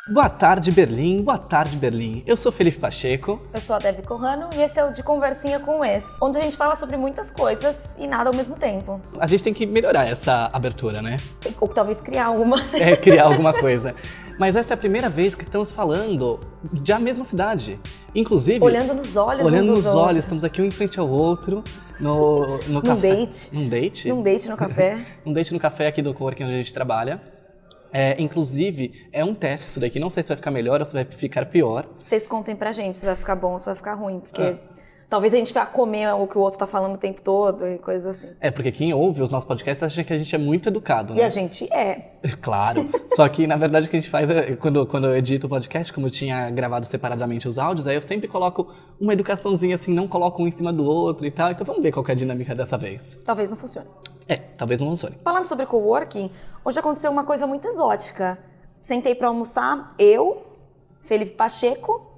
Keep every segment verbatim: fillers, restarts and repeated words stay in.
Boa tarde, Berlim. Boa tarde, Berlim. Eu sou Felipe Pacheco. Eu sou a Debbie Corrano e esse é o De Conversinha com o Ex, onde a gente fala sobre muitas coisas e nada ao mesmo tempo. A gente tem que melhorar essa abertura, né? Ou talvez criar uma. É, criar alguma coisa. Mas essa é a primeira vez que estamos falando da mesma cidade. Inclusive... Olhando nos olhos Olhando um nos dos olhos. outros. Estamos aqui um em frente ao outro, no, no Num café. date. Num date? Num date no café. Um date no café aqui do coworking onde a gente trabalha. É, inclusive, é um teste isso daqui. Não sei se vai ficar melhor ou se vai ficar pior. Vocês contem pra gente se vai ficar bom ou se vai ficar ruim, porque... Ah. Talvez a gente vá comer o que o outro tá falando o tempo todo e coisas assim. É, porque quem ouve os nossos podcasts acha que a gente é muito educado, né? E a gente é. Claro. Só que, na verdade, o que a gente faz é, quando, quando eu edito o podcast, como eu tinha gravado separadamente os áudios, aí eu sempre coloco uma educaçãozinha assim, não coloco um em cima do outro e tal. Então vamos ver qual que é a dinâmica dessa vez. Talvez não funcione. É, talvez não funcione. Falando sobre coworking, hoje aconteceu uma coisa muito exótica. Sentei pra almoçar, eu, Felipe Pacheco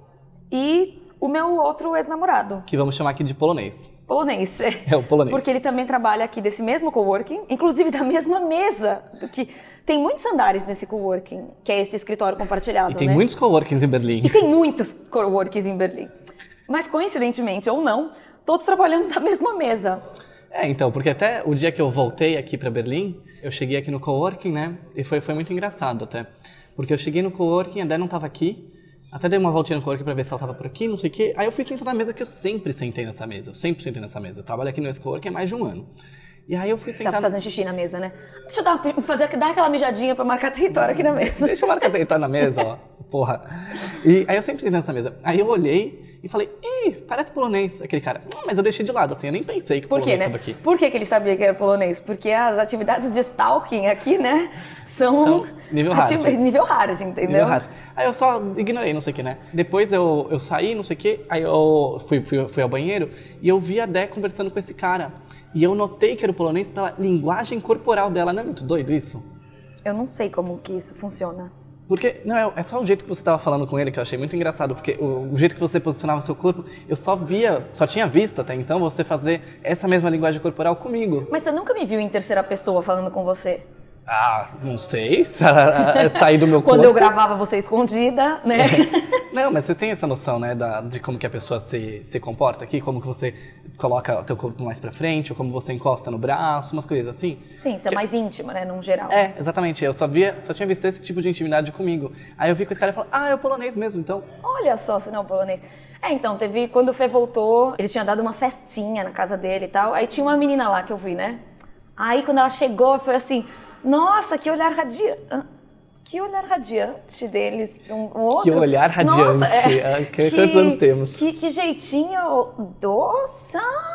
e o meu outro ex-namorado. Que vamos chamar aqui de polonês. Polonês. É, o polonês. Porque ele também trabalha aqui desse mesmo coworking, inclusive da mesma mesa. Que tem muitos andares nesse coworking, que é esse escritório compartilhado, E tem né? muitos coworkings em Berlim. E tem muitos coworkings em Berlim. Mas coincidentemente ou não, todos trabalhamos na mesma mesa. É, então, porque até o dia que eu voltei aqui pra Berlim, eu cheguei aqui no coworking, né? E foi, foi muito engraçado até. Porque eu cheguei no coworking, a Dé não tava aqui. Até dei uma voltinha no coworking pra ver se ela tava por aqui, não sei o quê. Aí eu fui sentar na mesa que eu sempre sentei nessa mesa. Eu sempre sentei nessa mesa. Eu trabalho aqui no coworking há mais de um ano. E aí eu fui sentar... Tava fazendo xixi na mesa, né? Deixa eu dar, uma, fazer, dar aquela mijadinha pra marcar território aqui na mesa. Deixa eu marcar território na mesa, ó. Porra. E aí eu sempre sentei nessa mesa. Aí eu olhei e falei, ih, parece polonês. Aquele cara, não, mas eu deixei de lado, assim, eu nem pensei que o Por quê, polonês né? estava aqui. Por que, que ele sabia que era polonês? Porque as atividades de stalking aqui, né, são... São nível hard. ati- Nível hard, entendeu? Nível hard. Aí eu só ignorei, não sei o que, né? Depois eu, eu saí, não sei o que, aí eu fui, fui, fui ao banheiro e eu vi a Dé conversando com esse cara. E eu notei que era o polonês pela linguagem corporal dela. Não é muito doido isso? Eu não sei como que isso funciona. Porque, não, é, é só o jeito que você estava falando com ele que eu achei muito engraçado, porque o, o jeito que você posicionava o seu corpo, eu só via, só tinha visto até então você fazer essa mesma linguagem corporal comigo. Mas você nunca me viu em terceira pessoa falando com você? Ah, não sei, sair do meu corpo. Quando eu gravava você escondida, né? Não, mas vocês têm essa noção, né, da, de como que a pessoa se, se comporta aqui, como que você coloca o teu corpo mais pra frente, ou como você encosta no braço, umas coisas assim. Sim, você é Que- mais íntima, né, num geral. É, exatamente, eu só via, só tinha visto esse tipo de intimidade comigo. Aí eu vi com esse cara e falei, ah, é o polonês mesmo, então. Olha só, se não é polonês. É, então, teve, quando o Fê voltou, ele tinha dado uma festinha na casa dele e tal, aí tinha uma menina lá que eu vi, né? Aí quando ela chegou, foi assim, nossa, que olhar radiante, que olhar radiante deles para um um outro. Que olhar radiante, Nossa, é, ah, que- quantos anos temos? Que, que jeitinho doce.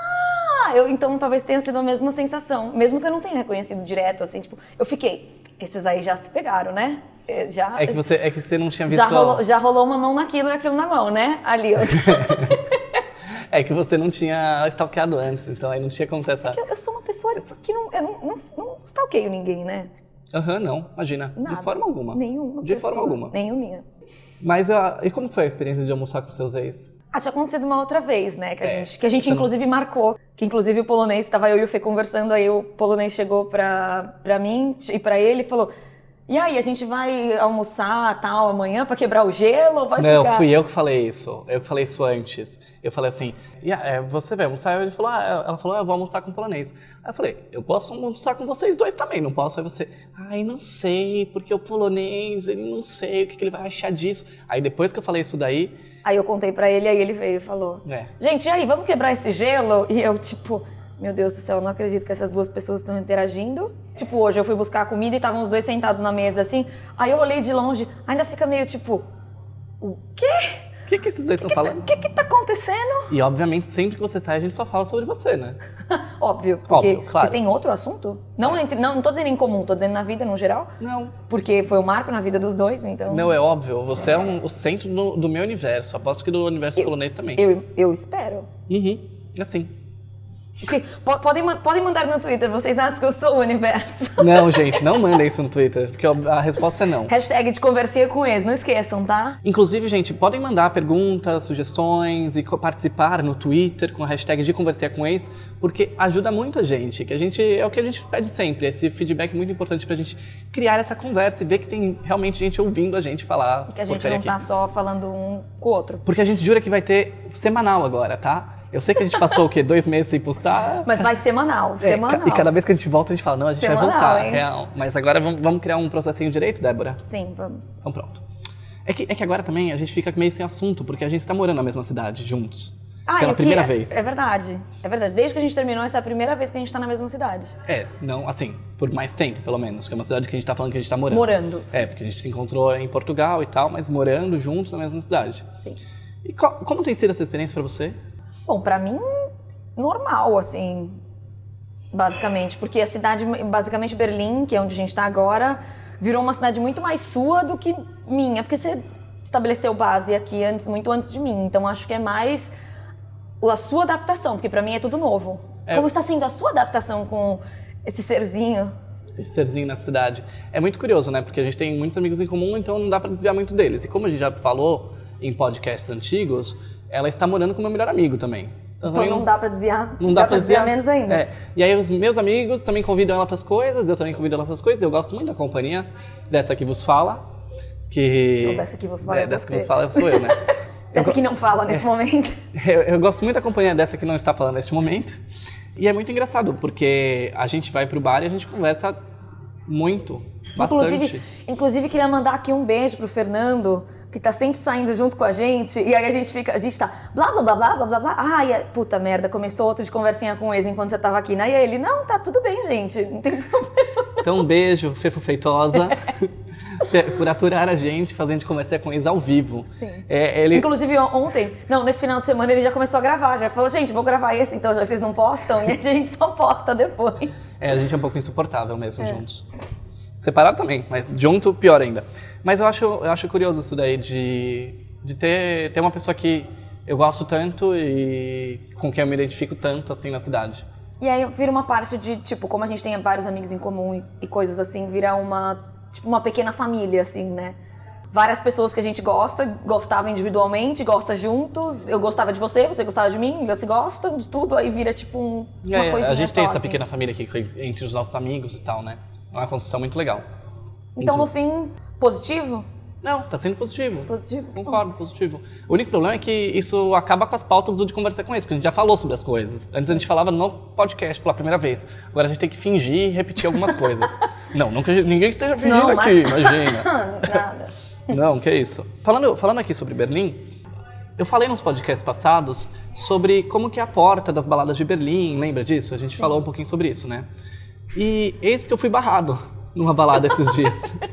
Ah, eu, então talvez tenha sido a mesma sensação, mesmo que eu não tenha reconhecido direto, assim, tipo, eu fiquei, esses aí já se pegaram, né? É, Já, É que você, é que você não tinha visto... já, rolou, já rolou uma mão naquilo e aquilo na mão, né? Ali, ó. É que você não tinha stalkeado antes, então aí não tinha como ter essa... Eu, eu sou uma pessoa que não, eu não, não, não stalkeio ninguém, né? Aham, não, imagina, Nada. de forma alguma. Nenhuma De pessoa, forma alguma. Nenhuma. Mas ah, e como foi a experiência de almoçar com seus ex? Ah, tinha acontecido uma outra vez, né? Que a É, gente, que a gente você não- inclusive marcou. Que inclusive o polonês, estava eu e o Fê conversando, aí o polonês chegou pra, pra mim e pra ele e falou: e aí, a gente vai almoçar tal amanhã pra quebrar o gelo ou vai Não, ficar? fui eu que falei isso. Eu que falei isso antes. Eu falei assim, e, ah, é, você vai almoçar? Ele falou, ah, ela falou, ah, eu vou almoçar com o polonês. Aí eu falei, eu posso almoçar com vocês dois também, não posso? Aí você, ai, não sei, porque o polonês, ele não sei o que, que ele vai achar disso. Aí depois que eu falei isso daí... Aí eu contei pra ele, aí ele veio e falou: É. gente, e aí, vamos quebrar esse gelo? E eu, tipo, meu Deus do céu, eu não acredito que essas duas pessoas estão interagindo. Tipo, hoje eu fui buscar a comida e estavam os dois sentados na mesa, assim. Aí eu olhei de longe, ainda fica meio tipo, o quê? O que, que esses dois estão O falando? que que tá acontecendo? E obviamente, sempre que você sai, a gente só fala sobre você, né? Óbvio, porque Óbvio, claro. vocês têm outro assunto? Não, entre, não, não tô dizendo em comum, tô dizendo na vida no geral. Não. Porque foi o marco na vida dos dois, então... Não, é óbvio, você é um- o centro do, do meu universo. Aposto que do universo polonês também. Eu, eu espero. Uhum, assim. Que, podem, podem mandar no Twitter, vocês acham que eu sou o universo? Não, gente, não mandem isso no Twitter, porque a resposta é não. Hashtag de conversinha com ex, não esqueçam, tá? Inclusive, gente, podem mandar perguntas, sugestões e participar no Twitter com a hashtag de conversinha com ex, porque ajuda muito a gente, que a gente, é o que a gente pede sempre, esse feedback muito importante pra gente criar essa conversa e ver que tem realmente gente ouvindo a gente falar. E que a gente não tá só falando um com o outro. Porque a gente jura que vai ter semanal agora, tá? Eu sei que a gente passou o quê? Dois meses sem postar? Mas vai semanal, é, semanal. E cada vez que a gente volta, a gente fala, não, a gente semanal, vai voltar, hein? real. Mas agora vamos, vamos criar um processinho direito, Débora? Sim, vamos. Então pronto. É que, é que agora também a gente fica meio sem assunto, porque a gente tá morando na mesma cidade, juntos. Ah, pela primeira é, vez. É verdade, é verdade. Desde que a gente terminou, essa é a primeira vez que a gente tá na mesma cidade. É, não, assim, por mais tempo, pelo menos. Que é uma cidade que a gente tá falando que a gente tá morando. Morando. É, porque a gente se encontrou em Portugal e tal, mas morando juntos na mesma cidade. Sim. E co- como tem sido essa experiência pra você? Bom, pra mim, normal, assim, basicamente. Porque a cidade, basicamente Berlim, que é onde a gente tá agora, virou uma cidade muito mais sua do que minha. Porque você estabeleceu base aqui antes, muito antes de mim. Então, acho que é mais a sua adaptação, porque pra mim é tudo novo. É. Como está sendo a sua adaptação com esse serzinho? Esse serzinho na cidade. É muito curioso, né? Porque a gente tem muitos amigos em comum, então não dá pra desviar muito deles. E como a gente já falou em podcasts antigos, ela está morando com o meu melhor amigo também. Então, então não, não dá pra desviar? Não dá, dá pra desviar, desviar menos ainda. É. E aí os meus amigos também convidam ela pras coisas, eu também convido ela pras coisas. Eu gosto muito da companhia dessa que vos fala. Que... Então dessa que vos fala é, é dessa você. que vos fala sou eu, né? Dessa que não fala nesse é. momento. Eu, eu gosto muito da companhia dessa que não está falando neste momento. E é muito engraçado, porque a gente vai pro bar e a gente conversa muito, bastante. Inclusive, inclusive queria mandar aqui um beijo pro Fernando, que tá sempre saindo junto com a gente. E aí a gente fica, a gente tá blá, blá, blá, blá, blá, blá, blá. Ai, puta merda, começou outro de conversinha com o ex enquanto você tava aqui, né? E aí ele, não, tá tudo bem, gente, não tem problema. Então um beijo, Fefo Feitosa. Por aturar a gente, fazendo de conversar com eles ao vivo. Sim. É, ele... Inclusive ontem, não, nesse final de semana ele já começou a gravar, já falou, gente, vou gravar esse, então já que vocês não postam, e a gente só posta depois. É, a gente é um pouco insuportável mesmo, é. juntos. Separado também, mas junto pior ainda. Mas eu acho, eu acho curioso isso daí de, de ter, ter uma pessoa que eu gosto tanto e com quem eu me identifico tanto assim na cidade. E aí vira uma parte de, tipo, como a gente tem vários amigos em comum e, e coisas assim, vira uma... tipo uma pequena família, assim, né? Várias pessoas que a gente gosta, gostava individualmente, gosta juntos. Eu gostava de você, você gostava de mim, você gosta de tudo, aí vira tipo um, uma é, coisinha a gente só, tem essa assim. pequena família aqui entre os nossos amigos e tal, né? É uma construção muito legal. Então, no fim, positivo? Não, tá sendo positivo. Positivo? Concordo, positivo. O único problema é que isso acaba com as pautas do de conversar com eles, porque a gente já falou sobre as coisas. Antes a gente falava no podcast pela primeira vez. Agora a gente tem que fingir e repetir algumas coisas. Não, nunca, ninguém esteja fingindo Não, aqui, mas... imagina. Nada. Não, que isso. Falando, falando aqui sobre Berlim, eu falei nos podcasts passados sobre como que é a porta das baladas de Berlim, lembra disso? A gente Sim. falou um pouquinho sobre isso, né? E eis que eu fui barrado numa balada esses dias.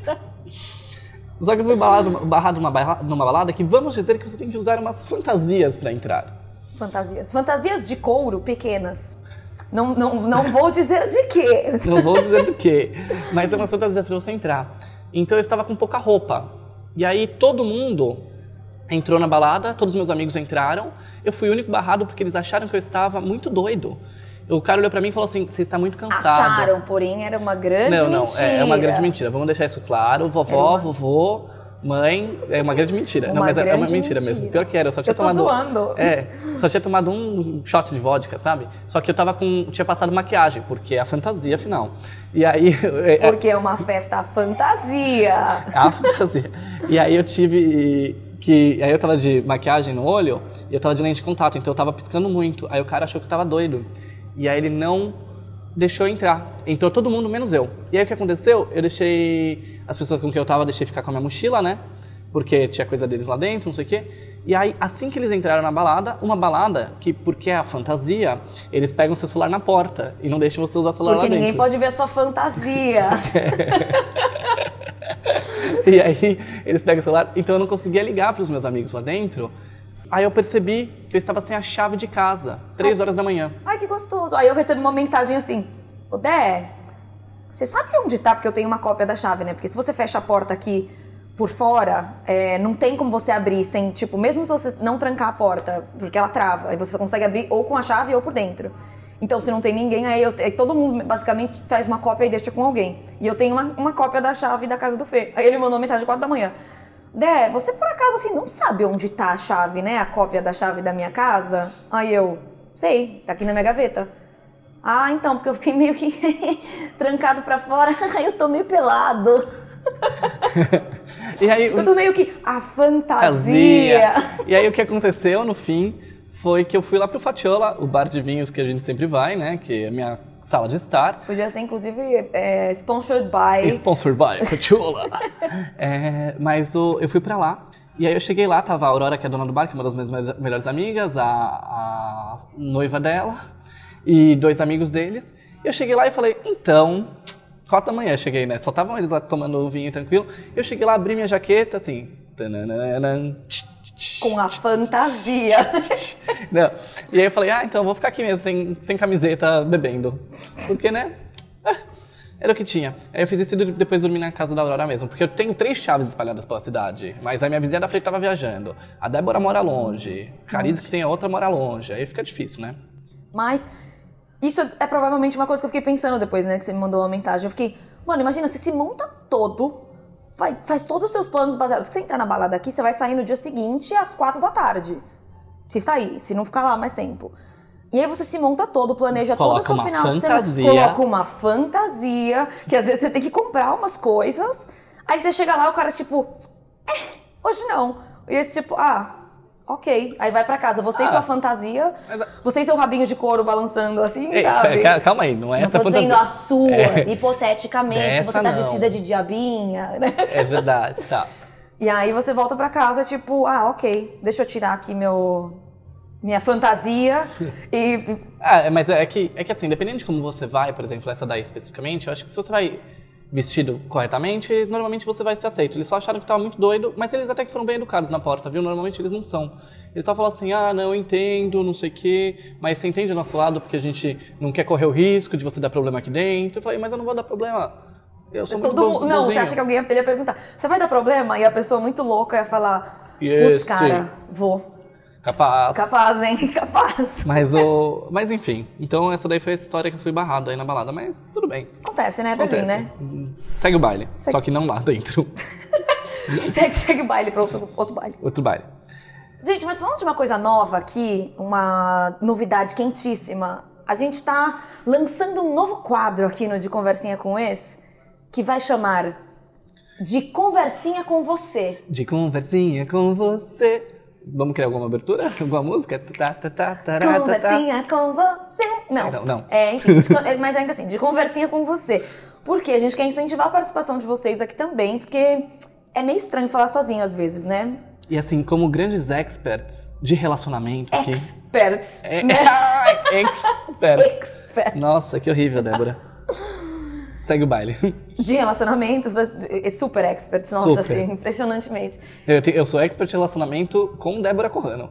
Só que eu fui barrado, barrado numa, numa balada que vamos dizer que você tem que usar umas fantasias pra entrar. Fantasias. Fantasias de couro pequenas. Não, não, não vou dizer de quê. Não vou dizer do quê. Mas é umas fantasias pra você entrar. Então eu estava com pouca roupa. E aí todo mundo entrou na balada, todos os meus amigos entraram. Eu fui o único barrado porque eles acharam que eu estava muito doido. O cara olhou pra mim e falou assim, você está muito cansado. Acharam, porém era uma grande não, não, mentira. Não, é, é uma grande mentira. Vamos deixar isso claro. Vovó, uma... vovô, mãe, é uma grande mentira. Uma não, mas é uma mentira, mentira mesmo. Pior que era, eu só tinha eu tô tomado... zoando. É, só tinha tomado um shot de vodka, sabe? Só que eu tava com... tinha passado maquiagem, porque é a fantasia, afinal. E aí... Porque é uma festa fantasia. A fantasia. E aí eu tive... que aí eu tava de maquiagem no olho e eu tava de lente de contato, então eu tava piscando muito. Aí o cara achou que eu tava doido. E aí ele não deixou eu entrar. Entrou todo mundo, menos eu. E aí o que aconteceu? Eu deixei... as pessoas com quem eu tava, eu deixei ficar com a minha mochila, né? Porque tinha coisa deles lá dentro, não sei o quê. E aí, assim que eles entraram na balada, uma balada que, porque é a fantasia, eles pegam o seu celular na porta e não deixam você usar o celular porque lá dentro. Porque ninguém pode ver a sua fantasia. E aí, eles pegam o celular. Então eu não conseguia ligar para os meus amigos lá dentro. Aí eu percebi que eu estava sem a chave de casa, três horas da manhã. Ai, que gostoso. Aí eu recebi uma mensagem assim, ô Dé, você sabe onde tá? Porque eu tenho uma cópia da chave, né? Porque se você fecha a porta aqui por fora, é, não tem como você abrir sem, tipo, mesmo se você não trancar a porta, porque ela trava, aí você consegue abrir ou com a chave ou por dentro. Então, se não tem ninguém, aí, eu, aí todo mundo basicamente faz uma cópia e deixa com alguém. E eu tenho uma, uma cópia da chave da casa do Fê. Aí ele mandou uma mensagem às quatro da manhã. Dé, você por acaso assim não sabe onde tá a chave, né? A cópia da chave da minha casa? Aí eu, sei, tá aqui na minha gaveta. Ah, então, porque eu fiquei meio que trancado pra fora, aí eu tô meio pelado. E aí, eu tô meio que a fantasia. E aí o que aconteceu no fim foi que eu fui lá pro Fatiola, o bar de vinhos que a gente sempre vai, né? Que é a minha sala de estar. Podia ser, inclusive, é, sponsored by... Sponsored by Fatiola. é, mas o, eu fui pra lá. E aí eu cheguei lá, tava a Aurora, que é a dona do bar, que é uma das minhas melhores amigas, a, a noiva dela e dois amigos deles. E eu cheguei lá e falei, então... Quatro da manhã eu cheguei, né? Só estavam eles lá tomando vinho tranquilo. Eu cheguei lá, abri minha jaqueta, assim... Com a fantasia. Não. E aí eu falei, ah, então vou ficar aqui mesmo, sem, sem camiseta, bebendo. Porque, né? Ah, era o que tinha. Aí eu fiz isso e depois dormi na casa da Aurora mesmo. Porque eu tenho três chaves espalhadas pela cidade. Mas a minha vizinha da frente tava viajando. A Débora mora longe. Cariza, que tem a outra, mora longe. Aí fica difícil, né? Mas... Isso é provavelmente uma coisa que eu fiquei pensando depois, né? Que você me mandou uma mensagem. Eu fiquei, mano, imagina, você se monta todo, faz, faz todos os seus planos baseados. Porque você entrar na balada aqui, você vai sair no dia seguinte às quatro da tarde. Se sair, se não ficar lá mais tempo. E aí você se monta todo, planeja todo o seu final de semana. Coloca uma fantasia, que às vezes você tem que comprar umas coisas. Aí você chega lá, o cara tipo, é, hoje não. E esse tipo, ah... Ok, aí vai pra casa, você ah, e sua fantasia, mas... você e seu rabinho de couro balançando assim, Ei, sabe? Calma aí, não é não essa fantasia. Não tô dizendo a sua, é. hipoteticamente, Dessa se você tá não. vestida de diabinha, né? É verdade, tá. E aí você volta pra casa, tipo, ah, ok, deixa eu tirar aqui meu... minha fantasia e... Ah, mas é que, é que assim, dependendo de como você vai, por exemplo, essa daí especificamente, eu acho que se você vai... vestido corretamente, normalmente você vai ser aceito. Eles só acharam que tava muito doido, mas eles até que foram bem educados na porta, viu? Normalmente eles não são. Eles só falam assim, ah, não, eu entendo, não sei o quê, mas você entende do nosso lado porque a gente não quer correr o risco de você dar problema aqui dentro. Eu falei, mas eu não vou dar problema. Eu sou muito Todo bo- Não, bonzinho. Você acha que alguém ia perguntar, você vai dar problema? E a pessoa muito louca ia falar, putz, cara, vou. Capaz. Capaz, hein? Capaz. Mas, o... mas enfim, então essa daí foi a história que eu fui barrado aí na balada, mas tudo bem. Acontece, né, Berlim, né? Segue o baile, segue... só que não lá dentro. segue, segue o baile pra outro, outro baile. Outro baile. Gente, mas falando de uma coisa nova aqui, uma novidade quentíssima, a gente tá lançando um novo quadro aqui no De Conversinha com Ex, que vai chamar De Conversinha com Você. De Conversinha com Você... Vamos criar alguma abertura? Alguma música? Tá, tá, tá, tá, conversinha tá. com você. Não, não, não. É, enfim, de, mas ainda assim, de conversinha com você. Porque a gente quer incentivar a participação de vocês aqui também, porque é meio estranho falar sozinho às vezes, né? E assim, como grandes experts de relacionamento aqui... Experts. É, né? experts. Experts. Nossa, que horrível, Débora. Segue o baile. De relacionamentos, super experts, nossa, super. Assim, impressionantemente. Eu, te, eu sou expert de relacionamento com Débora Corrano.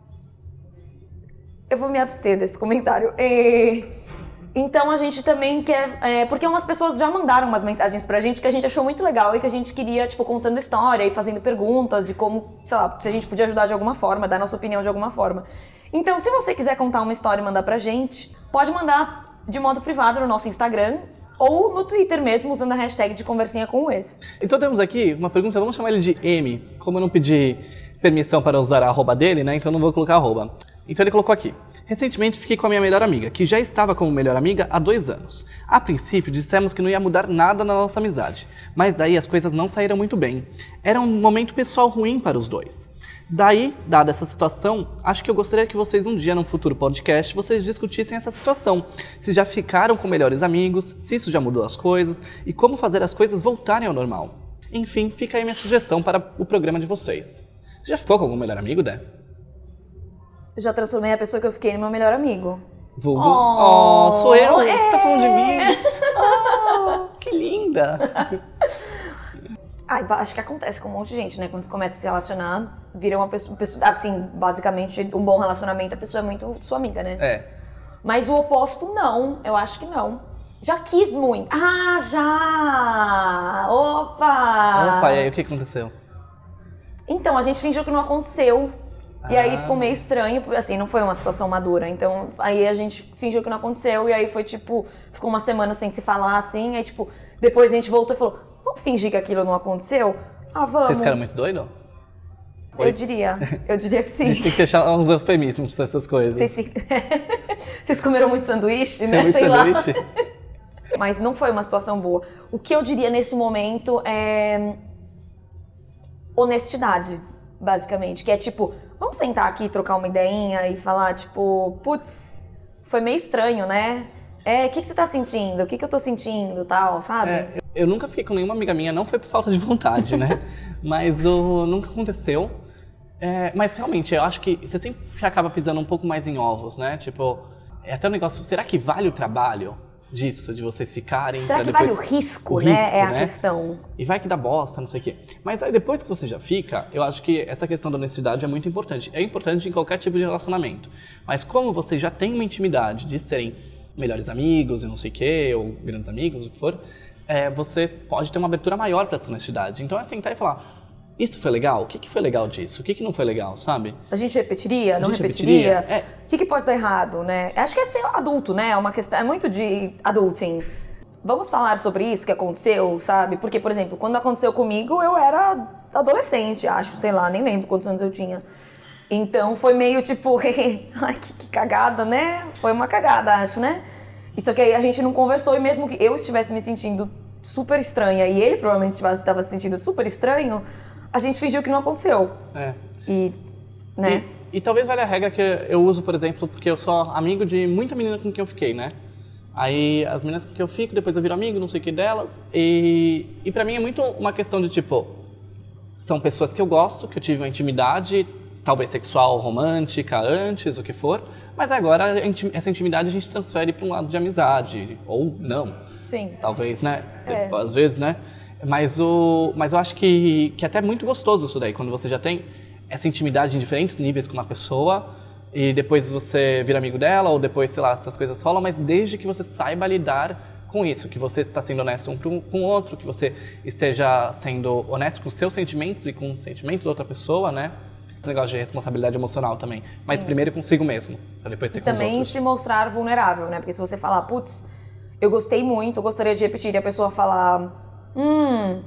Eu vou me abster desse comentário. E... Então a gente também quer... É, porque umas pessoas já mandaram umas mensagens pra gente que a gente achou muito legal e que a gente queria, tipo, contando história e fazendo perguntas de como, sei lá, se a gente podia ajudar de alguma forma, dar nossa opinião de alguma forma. Então, se você quiser contar uma história e mandar pra gente, pode mandar de modo privado no nosso Instagram, ou no Twitter mesmo, usando a hashtag de Conversinha com o Ex. Então temos aqui uma pergunta, vamos chamar ele de M. Como eu não pedi permissão para usar a arroba dele, né, então eu não vou colocar arroba. Então ele colocou aqui. Recentemente fiquei com a minha melhor amiga, que já estava como melhor amiga há dois anos. A princípio dissemos que não ia mudar nada na nossa amizade, mas daí as coisas não saíram muito bem. Era um momento pessoal ruim para os dois. Daí, dada essa situação, acho que eu gostaria que vocês um dia, num futuro podcast, vocês discutissem essa situação. Se já ficaram com melhores amigos, se isso já mudou as coisas e como fazer as coisas voltarem ao normal. Enfim, fica aí minha sugestão para o programa de vocês. Você já ficou com algum melhor amigo, Dé? Eu já transformei a pessoa que eu fiquei no meu melhor amigo. Vulgo? Oh, oh sou eu? É. Você tá falando de mim? Oh, que linda! Ai, acho que acontece com um monte de gente, né? Quando você começa a se relacionar, vira uma pessoa, pessoa... Assim, basicamente, um bom relacionamento, a pessoa é muito sua amiga, né? É. Mas o oposto, não. Eu acho que não. Já quis muito. Ah, já! Opa! Opa, e aí, o que aconteceu? Então, a gente fingiu que não aconteceu. E aí ficou meio estranho, assim, não foi uma situação madura. Então, aí a gente fingiu que não aconteceu. E aí foi tipo, ficou uma semana sem se falar, assim. Aí, tipo, depois a gente voltou e falou, vamos fingir que aquilo não aconteceu? Ah, vamos. Vocês ficaram muito doidos? Eu diria, eu diria que sim. A gente tem que deixar uns eufemismos pra essas coisas. Vocês, fic... Vocês comeram muito sanduíche, né? Muito Sei sanduíche. lá. Mas não foi uma situação boa. O que eu diria nesse momento é honestidade, basicamente. Que é tipo, vamos sentar aqui, trocar uma ideinha e falar, tipo, putz, foi meio estranho, né? É, o que, que você tá sentindo? O que, que eu tô sentindo e tal, sabe? É, eu nunca fiquei com nenhuma amiga minha, não foi por falta de vontade, né? Mas o, nunca aconteceu. É, mas realmente, eu acho que você sempre acaba pisando um pouco mais em ovos, né? Tipo, é até um negócio, será que vale o trabalho disso, de vocês ficarem? Será que depois... vale o risco, o né? risco, É a né? questão. E vai que dá bosta, não sei o quê. Mas aí depois que você já fica, eu acho que essa questão da honestidade é muito importante. É importante em qualquer tipo de relacionamento. Mas como vocês já têm uma intimidade de serem melhores amigos e não sei o quê, ou grandes amigos, o que for, é, você pode ter uma abertura maior para essa honestidade. Então é sentar e falar, isso foi legal? O que, que foi legal disso? O que, que não foi legal, sabe? A gente repetiria? A Não gente repetiria? repetiria? É. O que, que pode dar errado, né? Acho que é ser adulto, né? É uma questão, é muito de adulting. Vamos falar sobre isso que aconteceu, sabe? Porque, por exemplo, quando aconteceu comigo, eu era adolescente, acho, sei lá, nem lembro quantos anos eu tinha. Então foi meio tipo, ai, que, que cagada, né? Foi uma cagada, acho, né? Isso que aí a gente não conversou e mesmo que eu estivesse me sentindo super estranha e ele provavelmente estava se sentindo super estranho, a gente fingiu que não aconteceu. É. E, né? E, e talvez valha a regra que eu uso, por exemplo, porque eu sou amigo de muita menina com quem eu fiquei, né? Aí as meninas com quem eu fico, depois eu viro amigo, não sei o que delas. E, e pra mim é muito uma questão de tipo, são pessoas que eu gosto, que eu tive uma intimidade, talvez sexual, romântica, antes, o que for. Mas agora essa intimidade a gente transfere para um lado de amizade, ou não. Sim. Talvez, né? É. Às vezes, né? Mas, o, mas eu acho que, que é até muito gostoso isso daí, quando você já tem essa intimidade em diferentes níveis com uma pessoa e depois você vira amigo dela, ou depois, sei lá, essas coisas rolam, mas desde que você saiba lidar com isso, que você está sendo honesto um com o outro, que você esteja sendo honesto com os seus sentimentos e com o sentimento da outra pessoa, né? Esse negócio de responsabilidade emocional também. Sim. Mas primeiro consigo mesmo, pra depois ter e com os também outros. se mostrar vulnerável, né? Porque se você falar, putz, eu gostei muito, eu gostaria de repetir, e a pessoa falar, hum,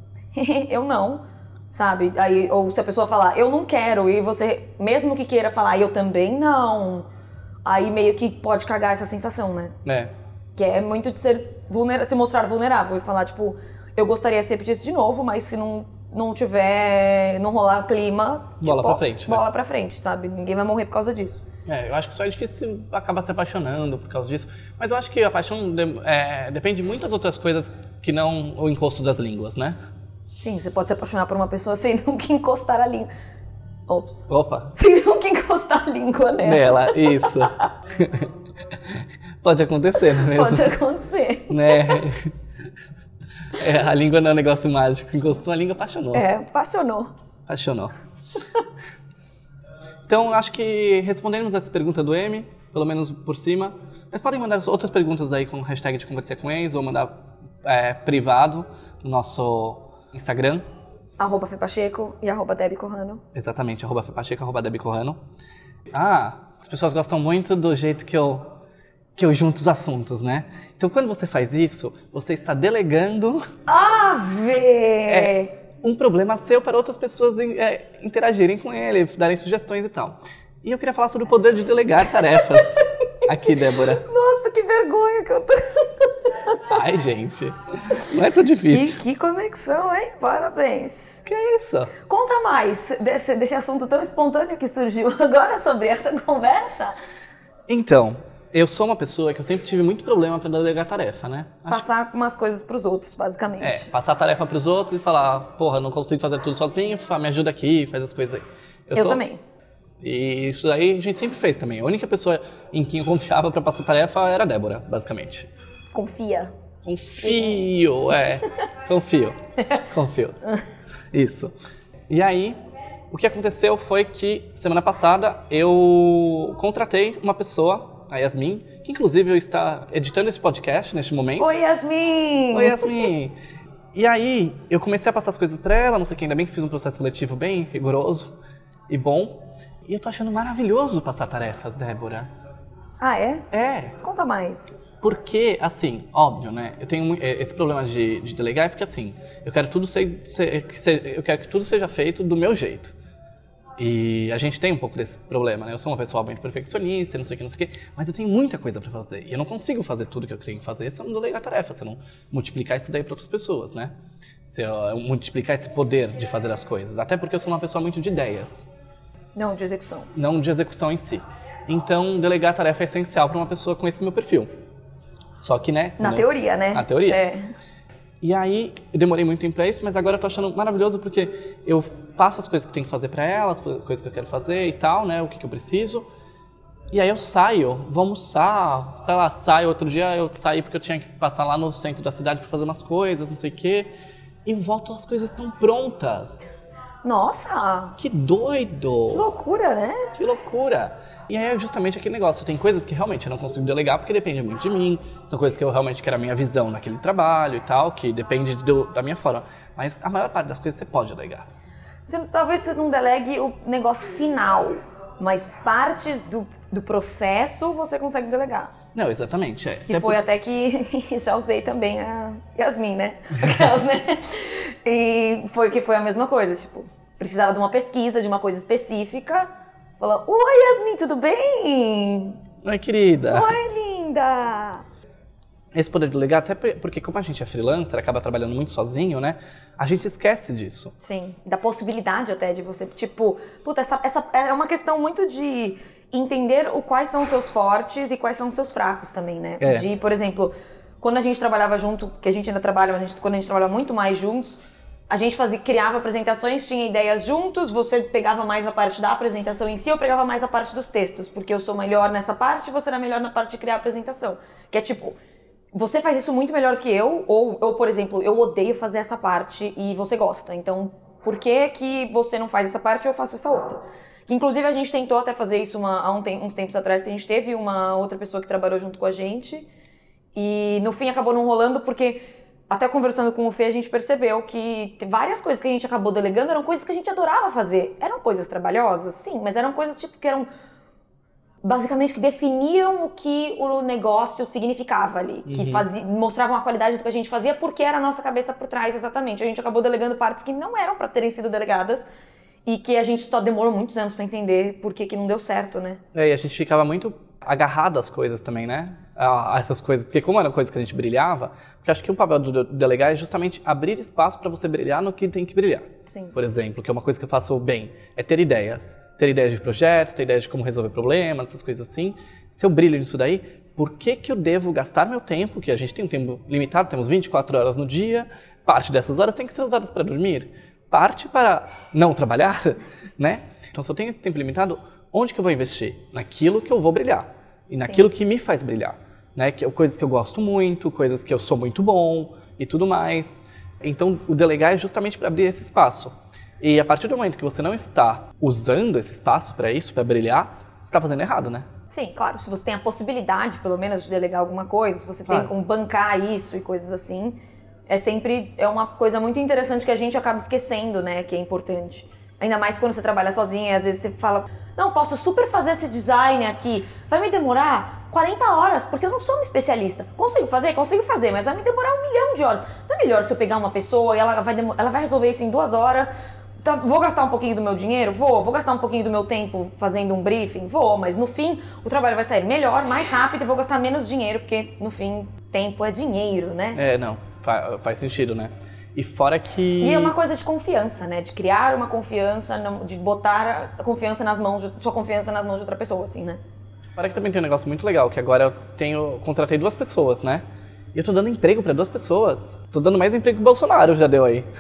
eu não, sabe? Aí, ou se a pessoa falar, eu não quero, e você, mesmo que queira falar, eu também não, aí meio que pode cagar essa sensação, né? É. Que é muito de ser vulnerável, se mostrar vulnerável e falar, tipo, eu gostaria de repetir isso de novo, mas se não, não tiver, não rolar clima... Bola tipo, pra frente, né? Bola pra frente, sabe? Ninguém vai morrer por causa disso. É, eu acho que só é difícil acabar se apaixonando por causa disso. Mas eu acho que a paixão de, é, depende de muitas outras coisas que não o encosto das línguas, né? Sim, você pode se apaixonar por uma pessoa sem nunca encostar a língua. Ops. Opa. Sem nunca encostar a língua nela. Nela, isso. Pode acontecer, não é mesmo? Pode acontecer. Né? É, a língua não é um negócio mágico. Encostou a língua, apaixonou. É, apaixonou. Apaixonou. Então, acho que respondemos essa pergunta do M, pelo menos por cima. Mas podem mandar outras perguntas aí com o hashtag de conversar com ex ou mandar é, privado no nosso Instagram. Arroba Fepacheco e arroba Debbie Corrano. Exatamente, arroba Fepacheco, arroba Debbie Corrano. Ah, as pessoas gostam muito do jeito que eu, que eu junto os assuntos, né? Então, quando você faz isso, você está delegando... Ah, vê! É, um problema seu para outras pessoas é, interagirem com ele, darem sugestões e tal. E eu queria falar sobre o poder de delegar tarefas. Aqui, Débora. Nossa, que vergonha que eu tô... Ai, gente, não é tão difícil. Que, que conexão, hein? Parabéns. Que é isso? Conta mais desse, desse assunto tão espontâneo que surgiu agora sobre essa conversa. Então, eu sou uma pessoa que eu sempre tive muito problema para delegar tarefa, né? Acho... Passar umas coisas pros outros, basicamente. É, passar a tarefa pros outros e falar, porra, não consigo fazer tudo sozinho, me ajuda aqui, faz as coisas aí. Eu, eu sou... também. E isso aí a gente sempre fez também. A única pessoa em quem eu confiava para passar tarefa era a Débora, basicamente. Confia. Confio, é. Confio. Confio. Isso. E aí, o que aconteceu foi que, semana passada, eu contratei uma pessoa, a Yasmin, que inclusive está editando esse podcast neste momento. Oi, Yasmin! Oi, Yasmin! E aí, eu comecei a passar as coisas para ela, não sei o que, ainda bem que fiz um processo seletivo bem rigoroso e bom. E eu tô achando maravilhoso passar tarefas, Débora. Ah, é? É. Conta mais. Porque, assim, óbvio, né? Eu tenho esse problema de, de delegar, é porque, assim, eu quero, tudo ser, ser, ser, eu quero que tudo seja feito do meu jeito. E a gente tem um pouco desse problema, né? Eu sou uma pessoa muito perfeccionista, não sei o que, não sei o que, mas eu tenho muita coisa pra fazer. E eu não consigo fazer tudo que eu tenho que fazer se eu não delegar a tarefa, se eu não multiplicar isso daí pra outras pessoas, né? Se eu multiplicar esse poder de fazer as coisas. Até porque eu sou uma pessoa muito de ideias. Não de execução. Não de execução em si. Então, delegar a tarefa é essencial pra uma pessoa com esse meu perfil. Só que, né? Na teoria, né? Na teoria. É. E aí, eu demorei muito tempo pra isso, mas agora eu tô achando maravilhoso porque eu passo as coisas que eu tenho que fazer pra ela, as coisas que eu quero fazer e tal, né, o que, que eu preciso. E aí eu saio, vou almoçar, sei lá, saio, outro dia eu saí porque eu tinha que passar lá no centro da cidade pra fazer umas coisas, não sei o quê, e volto, as coisas estão prontas. Nossa! Que doido! Que loucura, né? Que loucura! E aí é justamente aquele negócio, tem coisas que realmente eu não consigo delegar porque depende muito de mim, são coisas que eu realmente quero a minha visão naquele trabalho e tal, que depende do, da minha forma. Mas a maior parte das coisas você pode delegar. Você, talvez você não delegue o negócio final, mas partes do, do processo você consegue delegar. Não, exatamente. É. Que até foi por... até que já usei também a Yasmin, né? Aquelas, né? E foi que foi a mesma coisa, tipo, precisava de uma pesquisa, de uma coisa específica. Fala, oi Yasmin, tudo bem? Oi, querida. Oi, linda. Esse poder de delegar, até porque como a gente é freelancer, acaba trabalhando muito sozinho, né? A gente esquece disso. Sim, da possibilidade até de você, tipo, puta, essa, essa é uma questão muito de entender o, quais são os seus fortes e quais são os seus fracos também, né? É. De, por exemplo, quando a gente trabalhava junto, que a gente ainda trabalha, mas a gente, quando a gente trabalha muito mais juntos, a gente fazia, criava apresentações, tinha ideias juntos, você pegava mais a parte da apresentação em si, eu pegava mais a parte dos textos, porque eu sou melhor nessa parte e você era melhor na parte de criar a apresentação. Que é tipo, você faz isso muito melhor do que eu, ou, ou, por exemplo, eu odeio fazer essa parte e você gosta, então por que que você não faz essa parte e eu faço essa outra? Inclusive a gente tentou até fazer isso uma, há um tem, uns tempos atrás, que a gente teve uma outra pessoa que trabalhou junto com a gente, e no fim acabou não rolando porque... Até conversando com o Fê, a gente percebeu que várias coisas que a gente acabou delegando eram coisas que a gente adorava fazer. Eram coisas trabalhosas, sim, mas eram coisas tipo que eram basicamente que definiam o que o negócio significava ali. Uhum. Que fazia, mostravam a qualidade do que a gente fazia porque era a nossa cabeça por trás, exatamente. A gente acabou delegando partes que não eram para terem sido delegadas e que a gente só demorou muitos anos para entender por que que não deu certo, né? É, e a gente ficava muito agarrado às coisas também, né? A, a essas coisas, porque como era coisa que a gente brilhava, porque acho que um papel do delegar é justamente abrir espaço para você brilhar no que tem que brilhar. Sim. Por exemplo, que é uma coisa que eu faço bem, é ter ideias. Ter ideias de projetos, ter ideias de como resolver problemas, essas coisas assim. Se eu brilho nisso daí, por que que eu devo gastar meu tempo, que a gente tem um tempo limitado, temos vinte e quatro horas no dia, parte dessas horas tem que ser usadas para dormir, parte para não trabalhar, né? Então se eu tenho esse tempo limitado, onde que eu vou investir? Naquilo que eu vou brilhar. E naquilo Sim. que me faz brilhar, né? Que, coisas que eu gosto muito, coisas que eu sou muito bom e tudo mais. Então, o delegar é justamente para abrir esse espaço. E a partir do momento que você não está usando esse espaço para isso, para brilhar, você está fazendo errado, né? Sim, claro. Se você tem a possibilidade, pelo menos, de delegar alguma coisa, se você claro. tem como bancar isso e coisas assim, é sempre é uma coisa muito interessante que a gente acaba esquecendo, né? Que é importante. Ainda mais quando você trabalha sozinho e às vezes você fala, não, posso super fazer esse design aqui, vai me demorar quarenta horas, porque eu não sou uma especialista. Consigo fazer? Consigo fazer, mas vai me demorar um milhão de horas. Não é melhor se eu pegar uma pessoa e ela vai, ela vai resolver isso em duas horas, tá, vou gastar um pouquinho do meu dinheiro? Vou. Vou gastar um pouquinho do meu tempo fazendo um briefing? Vou, mas no fim o trabalho vai sair melhor, mais rápido e vou gastar menos dinheiro, porque no fim tempo é dinheiro, né? É, não, faz, faz sentido, né? E fora que... E é uma coisa de confiança, né? De criar uma confiança, de botar a confiança nas mãos, de, sua confiança nas mãos de outra pessoa, assim, né? Fora que também tem um negócio muito legal, que agora eu tenho, contratei duas pessoas, né? E eu tô dando emprego pra duas pessoas. Tô dando mais emprego que o Bolsonaro já deu aí.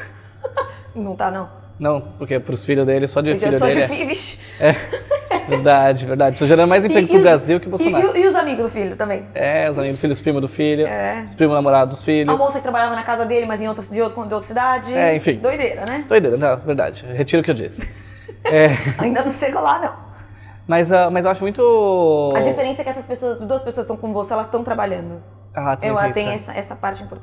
Não tá, não. Não, porque pros filhos dele, só de eu filho só dele... De filho, vixe. É. Verdade, verdade. Tô gerando mais emprego e, pro e Brasil que o Bolsonaro. E, e, e os amigos do filho também? É, os amigos do filho, os primos do filho, é. os primos namorados dos filhos. A moça que trabalhava na casa dele, mas em outra, de, outra, de outra cidade. É, enfim. Doideira, né? Doideira, não, verdade. Retiro o que eu disse. É. Ainda não chegou lá, não. Mas, uh, mas eu acho muito... A diferença é que essas pessoas, duas pessoas que estão com você, elas estão trabalhando. Ah, tem eu isso, tenho é. essa, essa parte importante.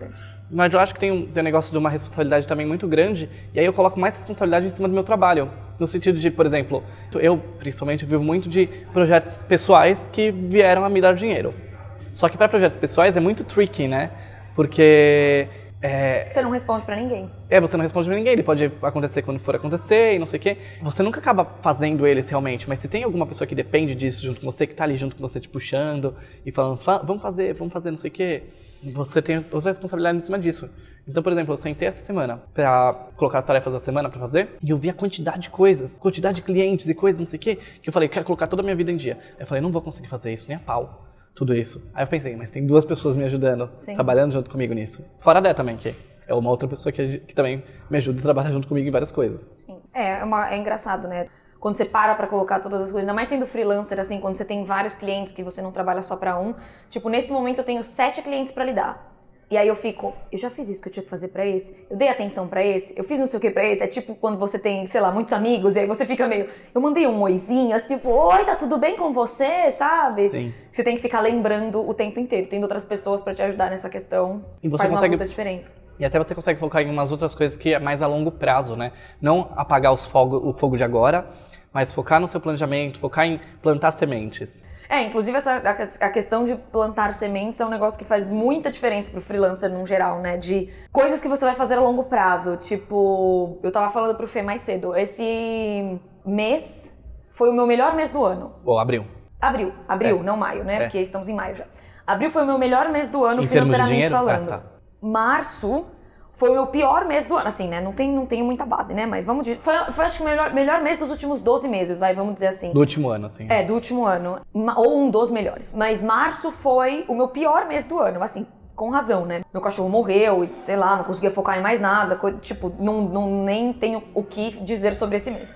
Mas eu acho que tem um, tem um negócio de uma responsabilidade também muito grande, e aí eu coloco mais responsabilidade em cima do meu trabalho. No sentido de, por exemplo, eu, principalmente, vivo muito de projetos pessoais que vieram a me dar dinheiro. Só que para projetos pessoais é muito tricky, né? Porque... É, você não responde pra ninguém. É, você não responde pra ninguém. Ele pode acontecer quando for acontecer e não sei o quê. Você nunca acaba fazendo eles realmente, mas se tem alguma pessoa que depende disso junto com você, que tá ali junto com você te puxando e falando, vamos fazer, vamos fazer não sei o quê, você tem outra responsabilidade em cima disso. Então, por exemplo, eu sentei essa semana pra colocar as tarefas da semana pra fazer e eu vi a quantidade de coisas, quantidade de clientes e coisas, não sei o quê, que eu falei, eu quero colocar toda a minha vida em dia. Aí eu falei, não vou conseguir fazer isso nem a pau. Tudo isso. Aí eu pensei, mas tem duas pessoas me ajudando, Sim. trabalhando junto comigo nisso. Fora a Dé também, que é uma outra pessoa que, que também me ajuda a trabalhar junto comigo em várias coisas. Sim. É, é, uma, é engraçado, né? Quando você para pra colocar todas as coisas, ainda mais sendo freelancer, assim, quando você tem vários clientes que você não trabalha só pra um. Tipo, nesse momento eu tenho sete clientes pra lidar. E aí eu fico, eu já fiz isso que eu tinha que fazer pra esse, eu dei atenção pra esse, eu fiz não sei o que pra esse. É tipo quando você tem, sei lá, muitos amigos, e aí você fica meio, eu mandei um oizinho, assim, tipo, oi, tá tudo bem com você, sabe? Sim. Você tem que ficar lembrando o tempo inteiro, tendo outras pessoas pra te ajudar nessa questão, e você faz consegue... uma puta diferença. E até você consegue focar em umas outras coisas que é mais a longo prazo, né? Não apagar os fogo, o fogo de agora, mas focar no seu planejamento, focar em plantar sementes. É, inclusive essa, a, a questão de plantar sementes é um negócio que faz muita diferença pro freelancer no geral, né? De coisas que você vai fazer a longo prazo. Tipo, eu tava falando pro Fê mais cedo, esse mês foi o meu melhor mês do ano. Ou abril. Abril, abril, é. não maio, né? É. Porque estamos em maio já. Abril foi o meu melhor mês do ano, em financeiramente falando. Ah, tá. Março foi o meu pior mês do ano, assim, né? Não, tem, não tenho muita base, né? Mas vamos dizer... Foi, foi acho que o melhor, melhor mês dos últimos doze meses, vai, vamos dizer assim. Do último ano, assim. É, do último ano. Ou um dos melhores. Mas março foi o meu pior mês do ano, assim, com razão, né? Meu cachorro morreu e, sei lá, não conseguia focar em mais nada. Tipo, não, não, nem tenho o que dizer sobre esse mês.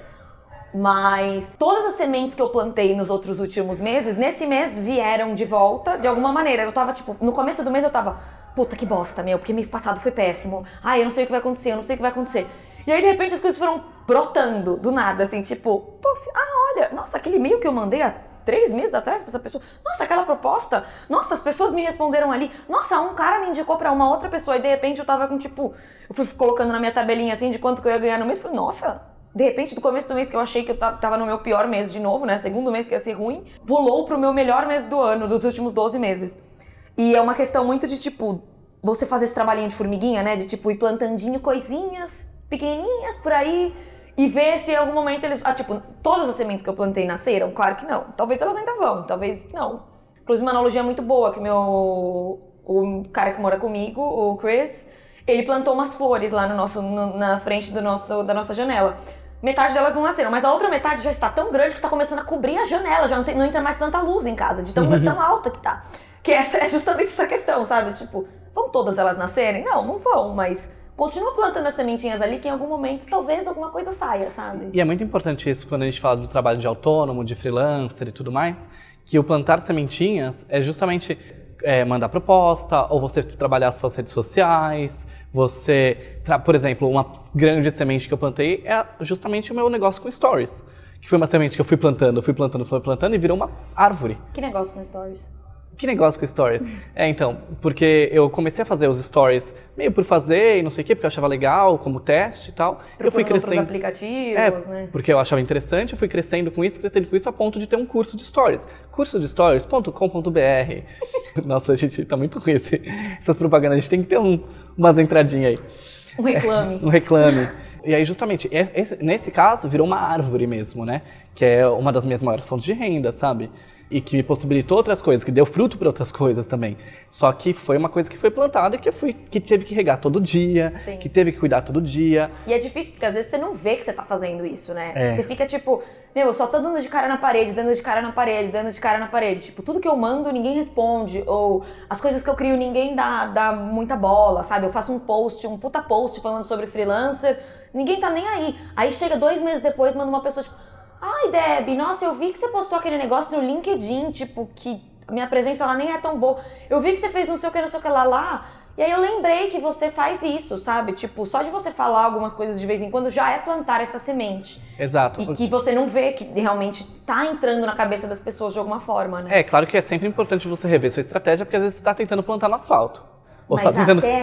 Mas todas as sementes que eu plantei nos outros últimos meses, nesse mês vieram de volta de alguma maneira. Eu tava, tipo, no começo do mês eu tava, puta que bosta, meu, porque mês passado foi péssimo. Ai, eu não sei o que vai acontecer, eu não sei o que vai acontecer. E aí, de repente, as coisas foram brotando do nada, assim, tipo, puf, ah, olha, nossa, aquele e-mail que eu mandei há três meses atrás pra essa pessoa, nossa, aquela proposta, nossa, as pessoas me responderam ali, nossa, um cara me indicou pra uma outra pessoa, e de repente eu tava com, tipo, eu fui colocando na minha tabelinha, assim, de quanto que eu ia ganhar no mês, falei, nossa... De repente, do começo do mês que eu achei que eu tava no meu pior mês de novo, né? Segundo mês que ia ser ruim, pulou pro meu melhor mês do ano, dos últimos doze meses. E é uma questão muito de, tipo, você fazer esse trabalhinho de formiguinha, né? De, tipo, ir plantandinho coisinhas pequenininhas por aí e ver se em algum momento eles... Ah, tipo, todas as sementes que eu plantei nasceram? Claro que não. Talvez elas ainda vão, talvez não. Inclusive, uma analogia muito boa que meu... O cara que mora comigo, o Chris, ele plantou umas flores lá no nosso, no, na frente do nosso, da nossa janela. Metade delas não nasceram, mas a outra metade já está tão grande que está começando a cobrir a janela, já não, tem, não entra mais tanta luz em casa, de tão, tão alta que tá. Que essa é justamente essa questão, sabe? Tipo, vão todas elas nascerem? Não, não vão, mas continua plantando as sementinhas ali que em algum momento talvez alguma coisa saia, sabe? E é muito importante isso quando a gente fala do trabalho de autônomo, de freelancer e tudo mais, que o plantar sementinhas é justamente... É, mandar proposta, ou você trabalhar suas redes sociais, você... Por exemplo, uma grande semente que eu plantei é justamente o meu negócio com stories. Que foi uma semente que eu fui plantando, fui plantando, fui plantando e virou uma árvore. Que negócio com stories? Que negócio com stories? É, então, porque eu comecei a fazer os stories meio por fazer e não sei o quê, porque eu achava legal, como teste e tal. Procurando eu fui crescendo. Outros aplicativos, é, né? Porque eu achava interessante, eu fui crescendo com isso, crescendo com isso, a ponto de ter um curso de stories. curso de stories ponto com ponto b r. Nossa, a gente tá muito ruim esse, essas propagandas, a gente tem que ter um, umas entradinhas aí. Um reclame. É, um reclame. E aí, justamente, esse, nesse caso, virou uma árvore mesmo, né? Que é uma das minhas maiores fontes de renda, sabe? E que me possibilitou outras coisas, que deu fruto para outras coisas também. Só que foi uma coisa que foi plantada e que, eu fui, que teve que regar todo dia, Sim. que teve que cuidar todo dia. E é difícil, porque às vezes você não vê que você tá fazendo isso, né? É. Você fica tipo, meu, eu só tô dando de cara na parede, dando de cara na parede, dando de cara na parede. Tipo, tudo que eu mando, ninguém responde. Ou as coisas que eu crio, ninguém dá, dá muita bola, sabe? Eu faço um post, um puta post falando sobre freelancer, ninguém tá nem aí. Aí chega dois meses depois, manda uma pessoa tipo... Ai, Deb, nossa, eu vi que você postou aquele negócio no LinkedIn, tipo, que a minha presença lá nem é tão boa. Eu vi que você fez não sei o que, não sei o que lá, lá. E aí eu lembrei que você faz isso, sabe? Tipo, só de você falar algumas coisas de vez em quando já é plantar essa semente. Exato. E que você não vê que realmente tá entrando na cabeça das pessoas de alguma forma, né? É, claro que é sempre importante você rever sua estratégia, porque às vezes você tá tentando plantar no asfalto. Ou Mas você tá tentando... até...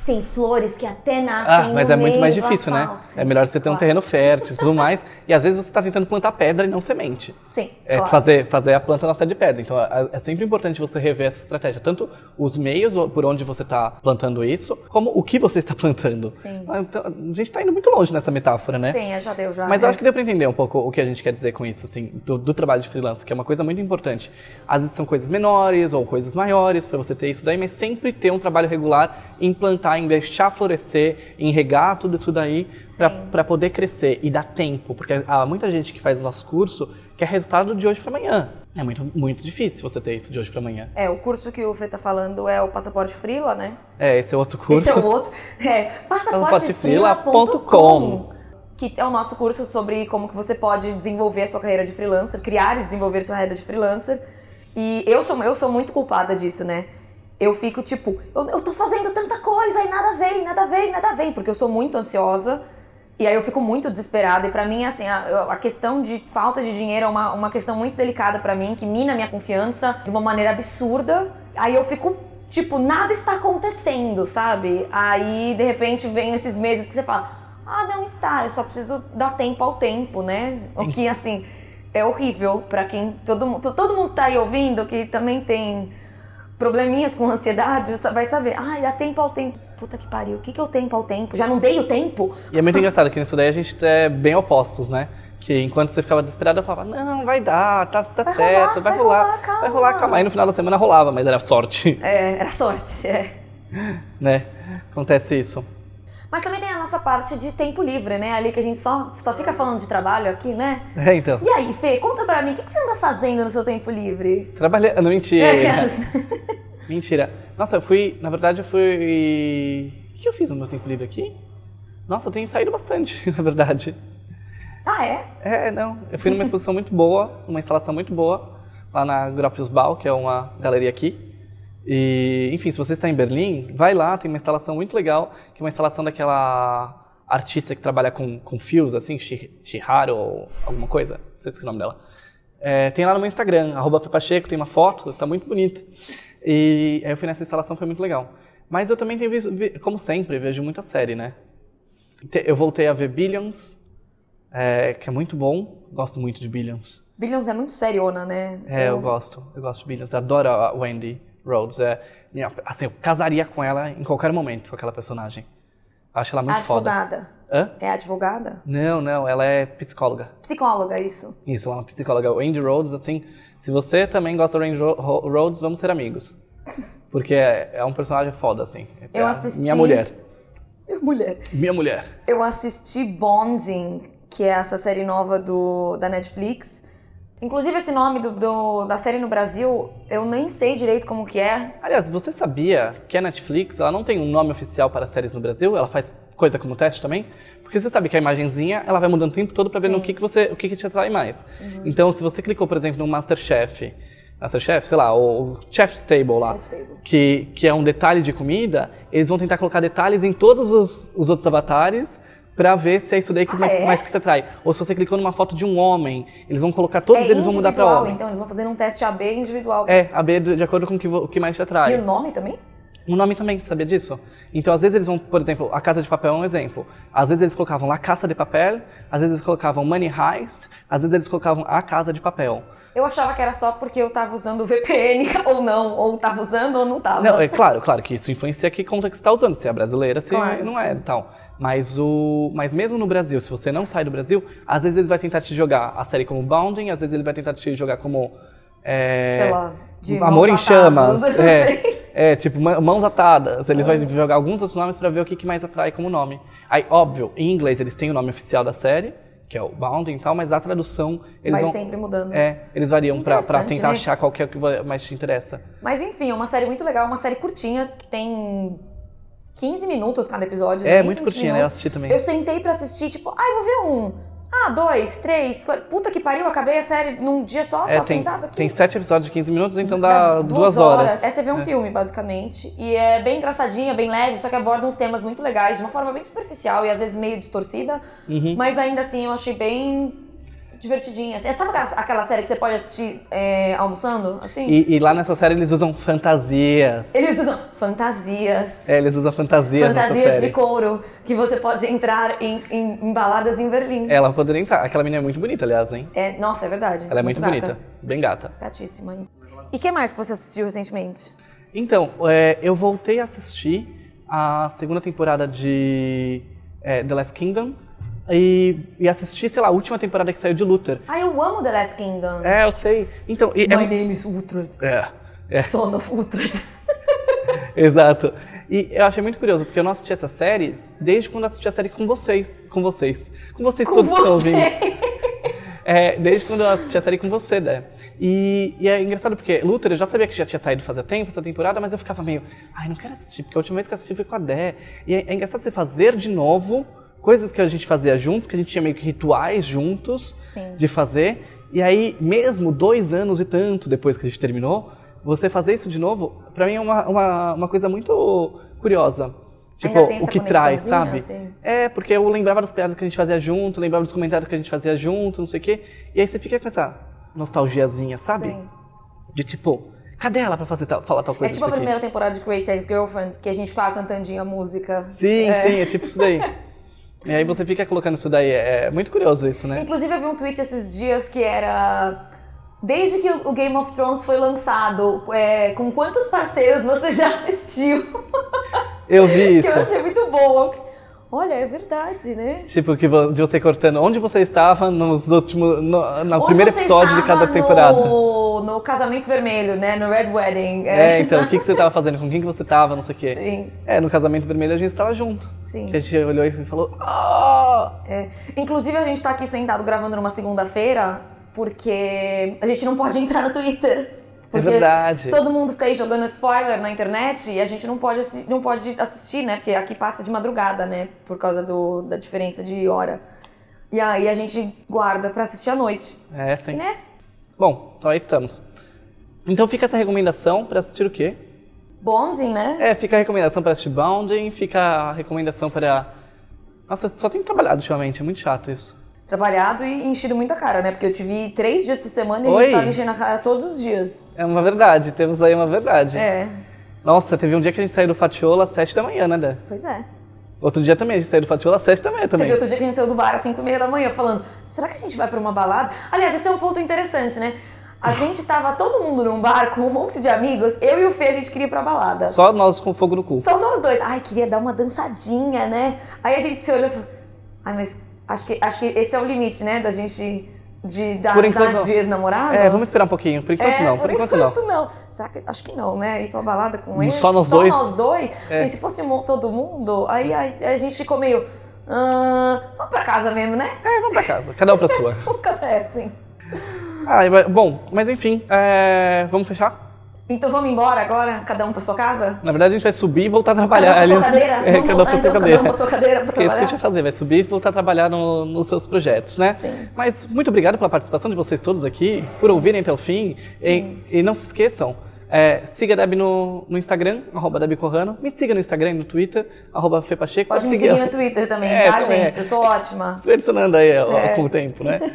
Tem flores que até nascem Ah, mas no é muito meio mais do difícil, né? asfalto. Sim, É melhor você ter um claro. terreno fértil e tudo mais. E às vezes você está tentando plantar pedra e não semente. Sim, É claro. fazer, fazer a planta nascer de pedra. Então é, é sempre importante você rever essa estratégia. Tanto os meios por onde você está plantando isso, como o que você está plantando. Sim. Ah, então, a gente está indo muito longe nessa metáfora, né? Sim, já deu, já. Mas eu é. acho que deu pra entender um pouco o que a gente quer dizer com isso, assim, do, do trabalho de freelance, que é uma coisa muito importante. Às vezes são coisas menores ou coisas maiores pra você ter isso daí, mas sempre ter um trabalho regular em plantar, em deixar florescer, em regar tudo isso daí pra, pra poder crescer e dar tempo, porque há muita gente que faz o nosso curso quer resultado de hoje pra amanhã. É muito, muito difícil você ter isso de hoje pra amanhã. É, o curso que o Fê tá falando é o Passaporte Freela, né? É, esse é outro curso. Esse é o outro. É, passaporte freela ponto ponto com. que é o nosso curso sobre como que você pode desenvolver a sua carreira de freelancer, criar e desenvolver sua carreira de freelancer. E eu sou, eu sou muito culpada disso, né? Eu fico tipo, eu, eu tô fazendo tanta coisa e nada vem, nada vem, nada vem, porque eu sou muito ansiosa. E aí eu fico muito desesperada, e pra mim, assim, a, a questão de falta de dinheiro é uma, uma questão muito delicada pra mim, que mina a minha confiança de uma maneira absurda. Aí eu fico, tipo, nada está acontecendo, sabe? Aí, de repente, vem esses meses que você fala, ah, não está, eu só preciso dar tempo ao tempo, né? O que, assim, é horrível pra quem... Todo, mu- todo mundo tá aí ouvindo, que também tem probleminhas com ansiedade, vai saber, ai, dá tempo ao tempo. Puta que pariu, o que que eu tempo ao tempo? Já não dei o tempo? E é muito engraçado que nisso daí a gente é bem opostos, né? Que enquanto você ficava desesperado, eu falava, não, vai dar, tá, tá Vai certo, rolar, vai vai rolar, rolar, calma. vai rolar, calma. Aí no final da semana rolava, mas era sorte, É, era sorte, é. né? Acontece isso. Mas também tem a nossa parte de tempo livre, né? Ali que a gente só, só fica falando de trabalho aqui, né? É, então. E aí, Fê, conta pra mim, o que, que você anda fazendo no seu tempo livre? Trabalhando, mentira. É. Mentira. Nossa, eu fui, na verdade eu fui... O que eu fiz no meu tempo livre aqui? Nossa, eu tenho saído bastante, na verdade. Ah, é? É, não. Eu fui numa exposição muito boa, uma instalação muito boa, lá na Gropiusbau, que é uma galeria aqui. E, enfim, se você está em Berlim, vai lá, tem uma instalação muito legal, que é uma instalação daquela artista que trabalha com, com fios, assim, Shi- Shiharu ou alguma coisa, não sei se é o nome dela. É, tem lá no meu Instagram, arroba Fepacheco, tem uma foto, tá muito bonita. E aí eu fui nessa instalação, foi muito legal. Mas eu também tenho visto, vi- como sempre, vejo muita série, né? Te- Eu voltei a ver Billions, é, que é muito bom, gosto muito de Billions. Billions é muito seriona, né? É, eu gosto, eu gosto de Billions, eu adoro a Wendy Rhodes, é, minha- assim, eu casaria com ela em qualquer momento, com aquela personagem. Acho ela muito foda. Advogada. Hã? É advogada? Não, não, ela é psicóloga. Psicóloga, isso. Isso, ela é uma psicóloga. Wendy Rhodes, assim, se você também gosta da Wendy Ro- Ro- Rhodes, vamos ser amigos. Porque é, é um personagem foda, assim. É Eu a assisti- Minha mulher. Minha mulher. Minha mulher. Eu assisti Bonding, que é essa série nova do, da Netflix. Inclusive, esse nome do, do- da série no Brasil, eu nem sei direito como que é. Aliás, você sabia que a Netflix, ela não tem um nome oficial para séries no Brasil? Ela faz coisa como teste também? Porque você sabe que a imagenzinha, ela vai mudando o tempo todo para ver Sim. no que, que você, o que, que te atrai mais. Então, se você clicou, por exemplo, no Masterchef, Masterchef, sei lá, o Chef's Table lá, Chef's Table. Que, que é um detalhe de comida, eles vão tentar colocar detalhes em todos os, os outros avatares pra ver se é isso daí que Ah, mais, é? mais que você atrai. Ou se você clicou numa foto de um homem, eles vão colocar, todos é eles vão mudar pra individual, homem. então eles vão fazer um teste A B individual. É, a B de de acordo com o que, vo- o que mais te atrai. E o nome também? O nome também, sabia disso? Então, às vezes eles vão, por exemplo, a Casa de Papel é um exemplo. Às vezes eles colocavam La Casa de Papel, às vezes eles colocavam Money Heist, às vezes eles colocavam A Casa de Papel. Eu achava que era só porque eu tava usando o V P N ou não, ou tava usando ou não tava. Não, é claro, claro que isso influencia que conta que você está usando, se é brasileira, se Claro, não é sim. e tal. Mas, o, mas mesmo no Brasil, se você não sai do Brasil, às vezes ele vai tentar te jogar a série como Bounding, às vezes ele vai tentar te jogar como... é, Sei lá, de Amor em mãos Chamas. atadas, eu não É, sei. é, tipo, ma- Mãos Atadas. Eles vão jogar alguns outros nomes pra ver o que, que mais atrai como nome. Aí, óbvio, em inglês eles têm o nome oficial da série, que é o Bounding e tal, mas a tradução... Eles Vai vão, sempre mudando. É, eles variam Que pra, pra interessante, tentar né? achar qual que é o que mais te interessa. Mas enfim, é uma série muito legal, uma série curtinha, que tem quinze minutos cada episódio. É, nem muito vinte curtinha, né? Eu minutos. assisti também. Eu sentei pra assistir, tipo, ai, vou ver um. Ah, dois, três, quatro. Puta que pariu, acabei a série num dia só, É, só tem, sentado aqui. tem sete episódios de quinze minutos, então dá duas horas. É você vê um filme, basicamente. E é bem engraçadinha, bem leve, só que aborda uns temas muito legais, de uma forma bem superficial e às vezes meio distorcida. Uhum. Mas ainda assim eu achei bem... divertidinha. Assim. Sabe aquela, aquela série que você pode assistir é, almoçando, assim? E, e lá nessa série eles usam fantasias. Eles usam fantasias. É, eles usam fantasias nessa série. Fantasias de couro, que você pode entrar em, em, em baladas em Berlim. Ela poderia entrar. Aquela menina é muito bonita, aliás, hein? É, nossa, é verdade. Ela é muito, muito gata. bonita. Bem gata. Gatíssima, hein? E o que mais que você assistiu recentemente? Então, é, eu voltei a assistir a segunda temporada de é, The Last Kingdom. E, e assisti, sei lá, a última temporada que saiu de Luther. Ah, eu amo The Last Kingdom. É, eu sei. Então, e, My é... name is Uhtred. É. é. Son of Uhtred. Exato. E eu achei muito curioso, porque eu não assisti essas séries desde quando eu assisti a série com vocês. Com vocês. Com vocês Com todos você. que estão ouvindo. É, desde quando eu assisti a série com você, né? E, e é engraçado porque Luther, eu já sabia que já tinha saído fazia tempo essa temporada, mas eu ficava meio, ai, não quero assistir, porque a última vez que eu assisti foi com a Dé. E é, é engraçado você fazer de novo coisas que a gente fazia juntos, que a gente tinha meio que rituais juntos Sim. de fazer. E aí, mesmo dois anos e tanto depois que a gente terminou, você fazer isso de novo, pra mim é uma, uma, uma coisa muito curiosa. Tipo, Ainda tem essa o que traz, sabe? Assim. É, porque eu lembrava das piadas que a gente fazia junto, lembrava dos comentários que a gente fazia junto, não sei o quê. E aí você fica com essa nostalgiazinha, sabe? Sim. De tipo, cadê ela pra fazer tal, falar tal É coisa? tipo a disso aqui? primeira temporada de Crazy Ex-Girlfriend, que a gente ficava cantandinho a música. Sim, é. sim, é tipo isso daí. E aí você fica colocando isso daí, é muito curioso isso, né? Inclusive eu vi um tweet esses dias que era... Desde que o Game of Thrones foi lançado, é, com quantos parceiros você já assistiu? Eu vi isso. Que eu achei muito bom. Olha, é verdade, né? Tipo, que vo- de você cortando onde você estava nos últimos, no, no Ou primeiro você episódio de cada estava temporada. No, no Casamento Vermelho, né? No Red Wedding. É, então, o que, que você tava fazendo, com quem que você tava, não sei o quê. Sim. É, no Casamento Vermelho a gente tava junto. Sim. Que a gente olhou e falou, ah! É. Inclusive, a gente tá aqui sentado gravando numa segunda-feira porque a gente não pode entrar no Twitter. Porque É verdade. todo mundo fica aí jogando spoiler na internet e a gente não pode, assi- não pode assistir, né? Porque aqui passa de madrugada, né? Por causa do, da diferença de hora. E aí a gente guarda pra assistir à noite. É, sim. E, né? Bom, então aí estamos. Então fica essa recomendação pra assistir o quê? Bonding, né? É, fica a recomendação pra assistir Bounding, fica a recomendação para... Nossa, só tenho trabalhado ultimamente, é muito chato isso. Trabalhado e enchido muita cara, né? Porque eu te vi três dias essa semana e a Oi? gente tava enchendo a cara todos os dias. É uma verdade, temos aí uma verdade. É, Nossa, teve um dia que a gente saiu do Fatiola às sete da manhã, né, Dé? pois é. Outro dia também, a gente saiu do Fatiola às sete da manhã também. Teve outro dia que a gente saiu do bar às cinco e meia da manhã falando, será que a gente vai pra uma balada? Aliás, esse é um ponto interessante, né? A gente tava todo mundo num bar com um monte de amigos, eu e o Fê, a gente queria ir pra balada. Só nós com fogo no cu. Só nós dois. Ai, queria dar uma dançadinha, né? Aí a gente se olhou e falou, ai, mas acho que, acho que esse é o limite, né? Da gente, de, da Por amizade enquanto- de ex-namorados. É, vamos esperar um pouquinho. Por enquanto É, não, por, enquanto, não. não. Será que, acho que não, né? Ir pra balada com eles. Só nós dois? Só nós dois? É. Assim, se fosse mo- todo mundo, aí, aí a gente ficou meio... Ah, vamos pra casa mesmo, né? É, vamos pra casa, cada um pra sua. É, assim. Ah, mas- bom, mas enfim, é, vamos fechar? Então vamos embora agora, cada um pra sua casa? Na verdade a gente vai subir e voltar a trabalhar. Cada um pra sua ali. cadeira? É, Vamos cada um voltar, pra sua então, cadeira. cada um pra sua cadeira pra Porque é isso que a trabalhar? gente vai fazer, vai subir e voltar a trabalhar no- nos seus projetos, né? Sim. Mas muito obrigado pela participação de vocês todos aqui, por ouvirem até o fim. E, e não se esqueçam, é, siga a Deb no, no Instagram, arroba Deb Corrano. Me siga no Instagram e no Twitter, arroba Fê Pacheco. Pode me seguir no Twitter também, É, tá, também gente? é. Eu sou ótima. Adicionando aí ó, É. com o tempo, né?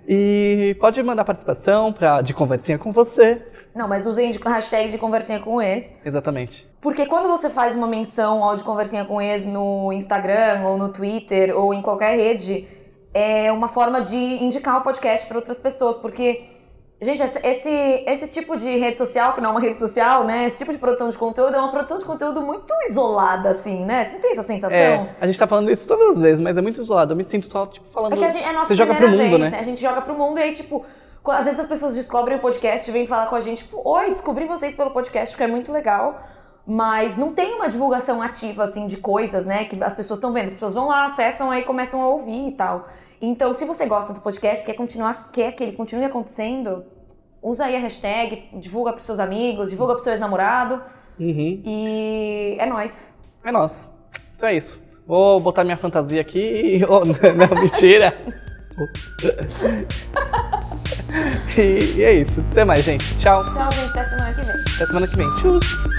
E pode mandar participação pra, de conversinha com você. Não, mas usem de hashtag de conversinha com o ex. Exatamente. Porque quando você faz uma menção ao de conversinha com ex no Instagram, ou no Twitter, ou em qualquer rede, é uma forma de indicar o podcast para outras pessoas. Porque, gente, esse, esse, esse tipo de rede social, que não é uma rede social, né? Esse tipo de produção de conteúdo é uma produção de conteúdo muito isolada, assim, né? Você não tem essa sensação? É, a gente tá falando isso todas as vezes, mas é muito isolado. Eu me sinto só, tipo, falando... É que a gente, é a nossa você joga pro primeira mundo, vez, né? A gente joga pro mundo e aí, tipo, qu- às vezes as pessoas descobrem o podcast e vêm falar com a gente, tipo, oi, descobri vocês pelo podcast, que é muito legal. Mas não tem uma divulgação ativa, assim, de coisas, né, que as pessoas estão vendo. As pessoas vão lá, acessam, aí começam a ouvir e tal. Então, se você gosta do podcast, quer continuar, quer que ele continue acontecendo, usa aí a hashtag, divulga pros seus amigos, divulga pro seu ex-namorado. Uhum. E é nóis. É nóis. Então é isso. Vou botar minha fantasia aqui e... Oh, não, mentira. e, e é isso. Até mais, gente. Tchau. Tchau, gente. Até semana que vem. Até semana que vem. Tchau.